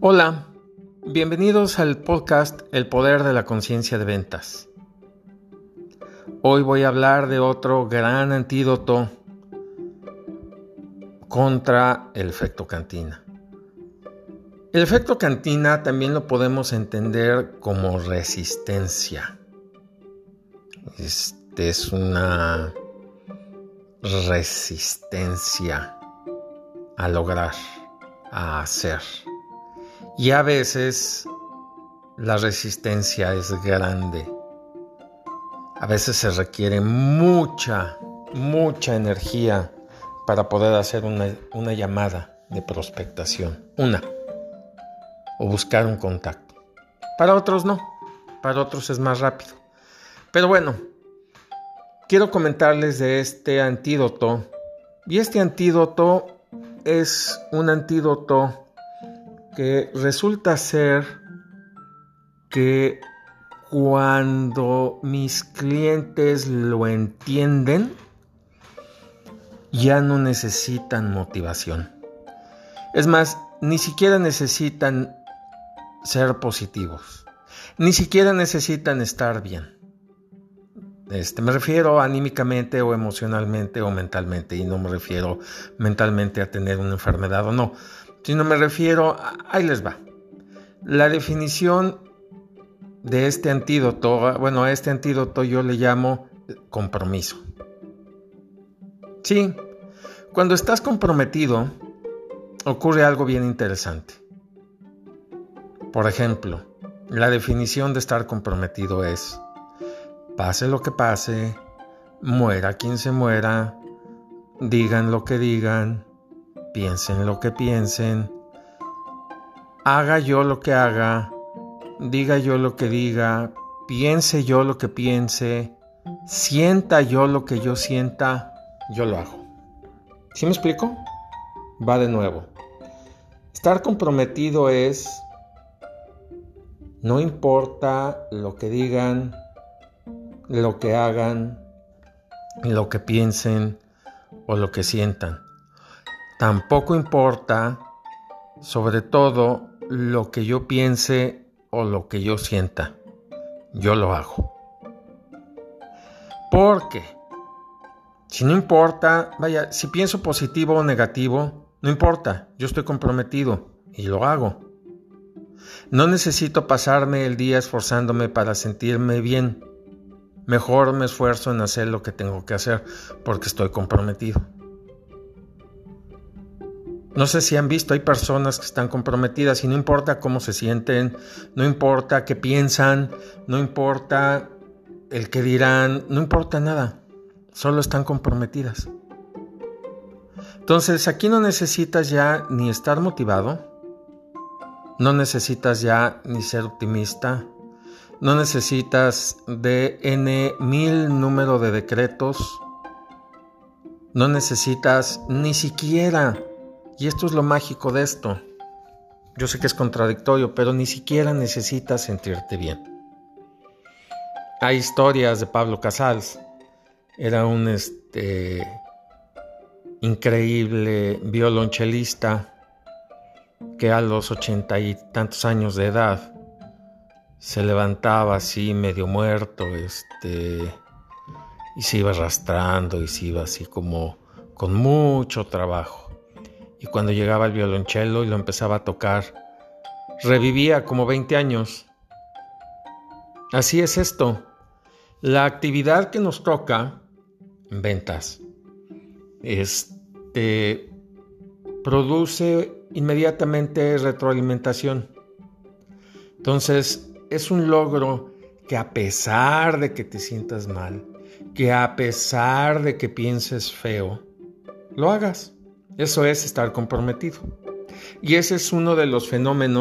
Hola, bienvenidos al podcast El Poder de la Conciencia de Ventas. Hoy voy a hablar de otro gran antídoto contra el efecto cantina. El efecto cantina también lo podemos entender como resistencia. Es una resistencia a lograr, a hacer. Y a veces la resistencia es grande. A veces se requiere mucha energía para poder hacer una llamada de prospectación. O buscar un contacto. Para otros no. Para otros es más rápido. Pero bueno, quiero comentarles de este antídoto. Y este antídoto es un antídoto que resulta ser que cuando mis clientes lo entienden, ya no necesitan motivación. Es más, ni siquiera necesitan ser positivos. Ni siquiera necesitan estar bien. Me refiero anímicamente o emocionalmente o mentalmente. Y no me refiero mentalmente a tener una enfermedad o no. Sino me refiero, ahí les va. La definición de este antídoto, a este antídoto yo le llamo compromiso. Sí, cuando estás comprometido, ocurre algo bien interesante. Por ejemplo, la definición de estar comprometido es: pase lo que pase, muera quien se muera, digan lo que digan, piensen lo que piensen, haga yo lo que haga, diga yo lo que diga, piense yo lo que piense, sienta yo lo que yo sienta, yo lo hago. ¿Sí me explico? Va de nuevo. Estar comprometido es: no importa lo que digan, lo que hagan, lo que piensen o lo que sientan. Tampoco importa, sobre todo, lo que yo piense o lo que yo sienta. Yo lo hago. Porque si no importa, si pienso positivo o negativo, no importa, yo estoy comprometido y lo hago. No necesito pasarme el día esforzándome para sentirme bien. Mejor me esfuerzo en hacer lo que tengo que hacer porque estoy comprometido. No sé si han visto, hay personas que están comprometidas y no importa cómo se sienten, no importa qué piensan, no importa el qué dirán, no importa nada, solo están comprometidas. Entonces aquí no necesitas ya ni estar motivado, no necesitas ya ni ser optimista, no necesitas de N,000 número de decretos, no necesitas ni siquiera. Y esto es lo mágico de esto. Yo sé que es contradictorio, pero ni siquiera necesitas sentirte bien. Hay historias de Pablo Casals. Era un increíble violonchelista que a los 80 y tantos años de edad se levantaba así medio muerto, y se iba arrastrando y se iba así como con mucho trabajo. Y cuando llegaba el violonchelo y lo empezaba a tocar, revivía como 20 años. Así es esto. La actividad que nos toca en ventas produce inmediatamente retroalimentación. Entonces, es un logro que a pesar de que te sientas mal, que a pesar de que pienses feo, lo hagas. Eso es estar comprometido. Y ese es uno de los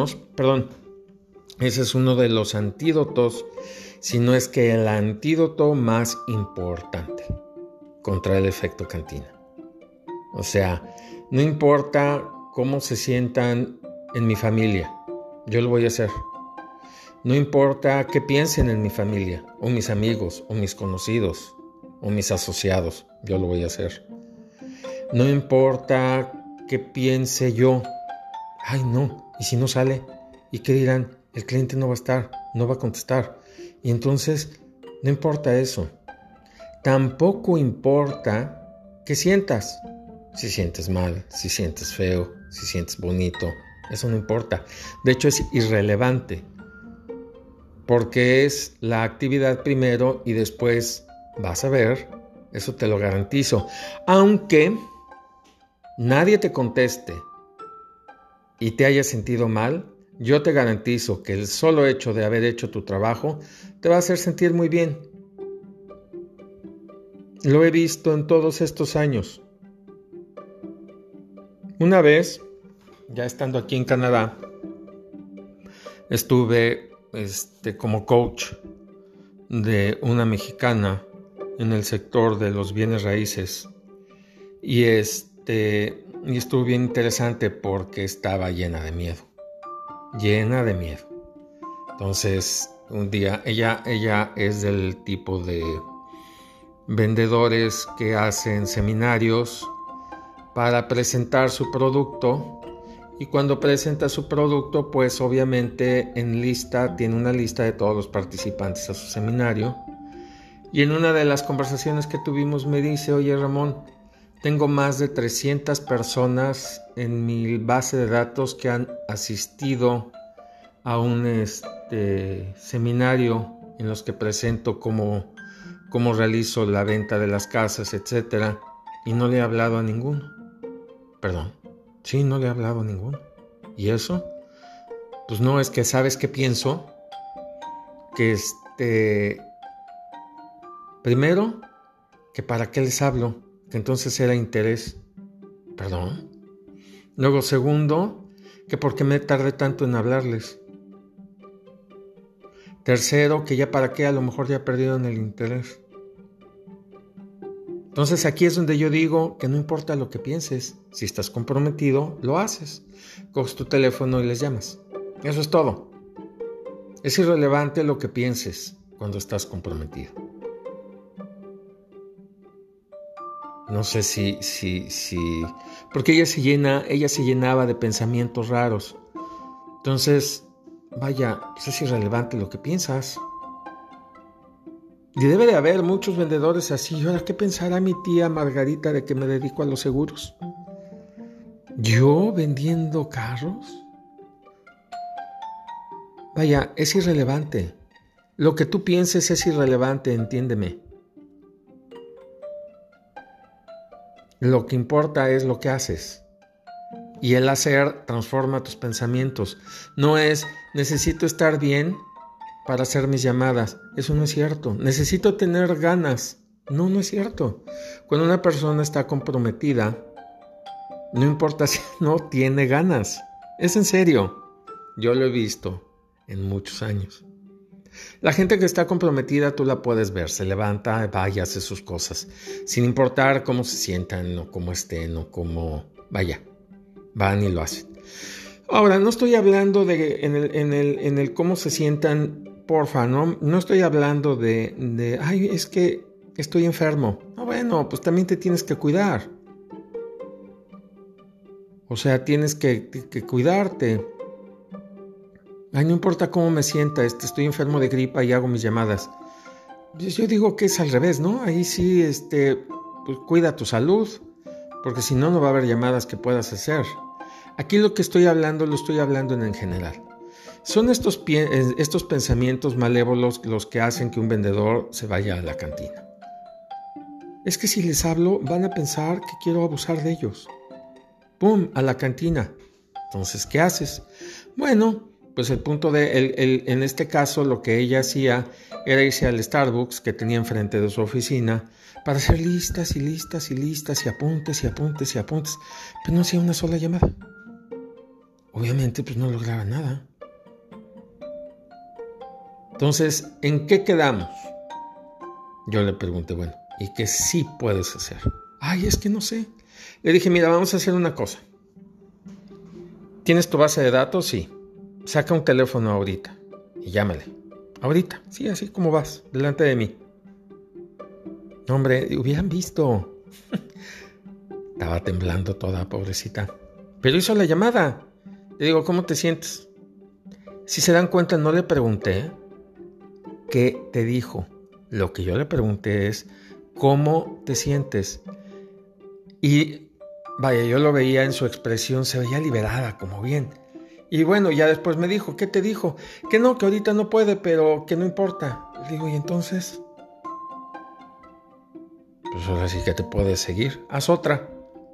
ese es uno de los antídotos, si no es que el antídoto más importante contra el efecto cantina. O sea, no importa cómo se sientan en mi familia, yo lo voy a hacer. No importa qué piensen en mi familia, o mis amigos, o mis conocidos, o mis asociados, yo lo voy a hacer. No importa qué piense yo. Ay, no, ¿y si no sale? ¿Y qué dirán? El cliente no va a estar, no va a contestar. Y entonces, no importa eso. Tampoco importa qué sientas. Si sientes mal, si sientes feo, si sientes bonito. Eso no importa. De hecho, es irrelevante. Porque es la actividad primero y después vas a ver. Eso te lo garantizo. Aunque nadie te conteste y te haya sentido mal, yo te garantizo que el solo hecho de haber hecho tu trabajo te va a hacer sentir muy bien. Lo he visto en todos estos años. Una vez, ya estando aquí en Canadá, estuve como coach de una mexicana en el sector de los bienes raíces y estuvo bien interesante porque estaba llena de miedo. Entonces, un día, ella es del tipo de vendedores que hacen seminarios para presentar su producto, y cuando presenta su producto, pues obviamente tiene una lista de todos los participantes a su seminario, y en una de las conversaciones que tuvimos me dice: oye Ramón, tengo más de 300 personas en mi base de datos que han asistido a un seminario en los que presento cómo realizo la venta de las casas, etcétera, y no le he hablado a ninguno. Perdón, sí, no le he hablado a ninguno. ¿Y eso? Pues no, es que ¿sabes qué pienso? Que primero, que para qué les hablo, que entonces era interés. Perdón. Luego, segundo, que por qué me tardé tanto en hablarles. Tercero, que ya para qué, a lo mejor ya perdieron el interés. Entonces aquí es donde yo digo que no importa lo que pienses, si estás comprometido, lo haces. Coges tu teléfono y les llamas. Eso es todo. Es irrelevante lo que pienses cuando estás comprometido. No sé si porque ella se llenaba de pensamientos raros. Entonces, vaya, pues es irrelevante lo que piensas. Y debe de haber muchos vendedores así. ¿Y ahora qué pensará mi tía Margarita de que me dedico a los seguros? ¿Yo vendiendo carros? Vaya, es irrelevante. Lo que tú pienses es irrelevante, entiéndeme. Lo que importa es lo que haces. Y el hacer transforma tus pensamientos. No es, necesito estar bien para hacer mis llamadas. Eso no es cierto. Necesito tener ganas. No, no es cierto. Cuando una persona está comprometida, no importa si no tiene ganas. Es en serio. Yo lo he visto en muchos años. La gente que está comprometida, tú la puedes ver. Se levanta, va y hace sus cosas. Sin importar cómo se sientan, o cómo estén, o cómo... Vaya, van y lo hacen. Ahora, no estoy hablando de en el cómo se sientan. Porfa, no estoy hablando de ay, es que estoy enfermo. No, bueno, pues también te tienes que cuidar. O sea, tienes que cuidarte. Ay, no importa cómo me sienta, estoy enfermo de gripa y hago mis llamadas. Yo digo que es al revés, ¿no? Ahí sí, pues cuida tu salud, porque si no, no va a haber llamadas que puedas hacer. Aquí lo que estoy hablando, lo estoy hablando en general. Son estos pensamientos malévolos los que hacen que un vendedor se vaya a la cantina. Es que si les hablo, van a pensar que quiero abusar de ellos. ¡Pum! A la cantina. Entonces, ¿qué haces? Bueno, pues el punto en este caso, lo que ella hacía era irse al Starbucks que tenía enfrente de su oficina para hacer listas y listas y listas y apuntes y apuntes y apuntes, pero no hacía una sola llamada. Obviamente, pues no lograba nada. Entonces, ¿en qué quedamos? Yo le pregunté, bueno, ¿y qué sí puedes hacer? Ay, es que no sé. Le dije, mira, vamos a hacer una cosa. ¿Tienes tu base de datos? Sí. Saca un teléfono ahorita y llámale. Ahorita, sí, así como vas, delante de mí. No, hombre, hubieran visto. Estaba temblando toda, pobrecita. Pero hizo la llamada. Le digo, ¿cómo te sientes? Si se dan cuenta, no le pregunté qué te dijo. Lo que yo le pregunté es cómo te sientes. Y vaya, yo lo veía en su expresión, se veía liberada, como bien. Y bueno, ya después me dijo, ¿qué te dijo? Que no, que ahorita no puede, pero que no importa. Le digo, ¿y entonces? Pues ahora sí que te puedes seguir, haz otra.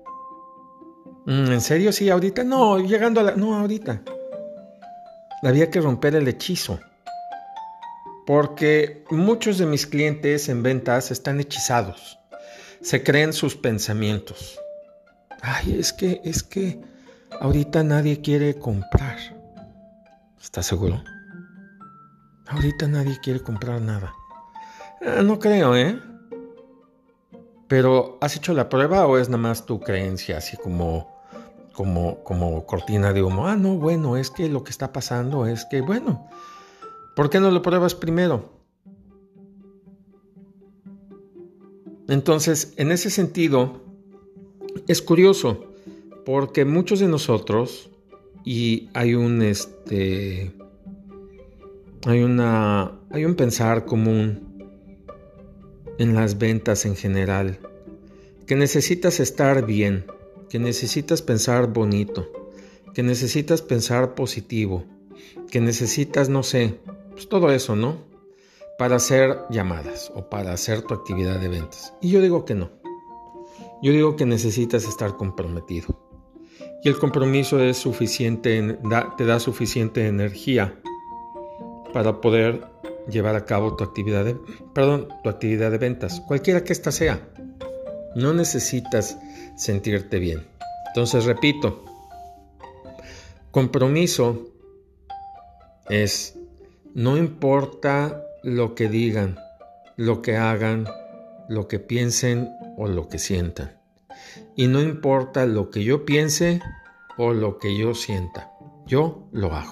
¿En serio? Sí, ahorita. No, llegando a la... No, ahorita. Había que romper el hechizo. Porque muchos de mis clientes en ventas están hechizados. Se creen sus pensamientos. Ay, es que ahorita nadie quiere comprar. ¿Estás seguro? Ahorita nadie quiere comprar nada. No creo, ¿eh? Pero, ¿has hecho la prueba o es nada más tu creencia, así como cortina de humo? No, bueno, es que lo que está pasando es que, bueno, ¿por qué no lo pruebas primero? Entonces, en ese sentido, es curioso, porque muchos de nosotros, y hay un pensar común en las ventas en general, que necesitas estar bien, que necesitas pensar bonito, que necesitas pensar positivo, que necesitas, no sé, pues todo eso, ¿no? Para hacer llamadas o para hacer tu actividad de ventas. Y yo digo que no. Yo digo que necesitas estar comprometido. Y el compromiso es suficiente, te da suficiente energía para poder llevar a cabo tu actividad de ventas, cualquiera que ésta sea. No necesitas sentirte bien. Entonces, repito, compromiso es, no importa lo que digan, lo que hagan, lo que piensen o lo que sientan. Y no importa lo que yo piense o lo que yo sienta, yo lo hago.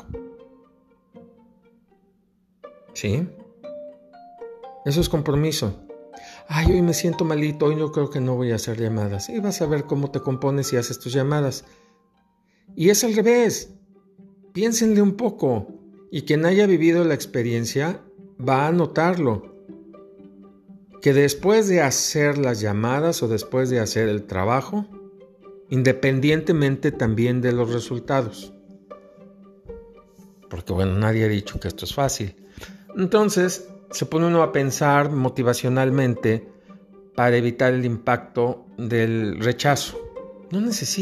¿Sí? Eso es compromiso. Ay, hoy me siento malito, hoy no creo que no voy a hacer llamadas. Y vas a ver cómo te compones y haces tus llamadas. Y es al revés. Piénsenle un poco. Y quien haya vivido la experiencia va a notarlo. Que después de hacer las llamadas o después de hacer el trabajo, independientemente también de los resultados. Porque bueno, nadie ha dicho que esto es fácil. Entonces, se pone uno a pensar motivacionalmente para evitar el impacto del rechazo. No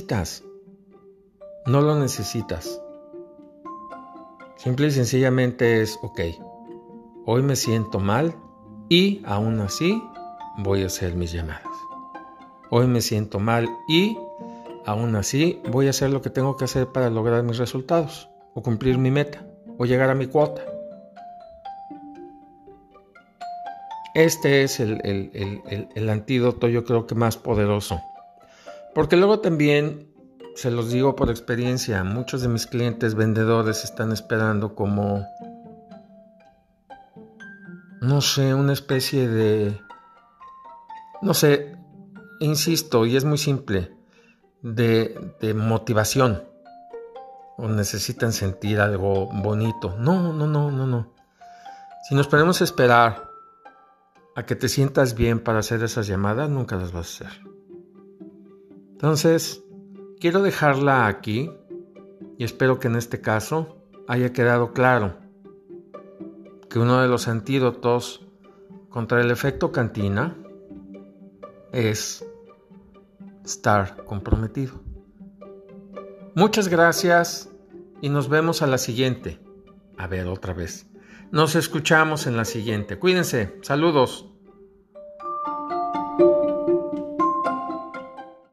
lo necesitas. Simple y sencillamente es, ok, hoy me siento mal y aún así voy a hacer mis llamadas. Hoy me siento mal y aún así voy a hacer lo que tengo que hacer para lograr mis resultados, o cumplir mi meta, o llegar a mi cuota. Este es el antídoto, yo creo que más poderoso. Porque luego también, se los digo por experiencia, muchos de mis clientes vendedores están esperando como, no sé, una especie de, no sé, insisto, y es muy simple, de motivación. O necesitan sentir algo bonito. No. Si nos ponemos a esperar a que te sientas bien para hacer esas llamadas, nunca las vas a hacer. Entonces, quiero dejarla aquí y espero que en este caso haya quedado claro que uno de los antídotos contra el efecto cantina es estar comprometido. Muchas gracias y nos vemos a la siguiente. A ver, otra vez. Nos escuchamos en la siguiente. Cuídense. Saludos.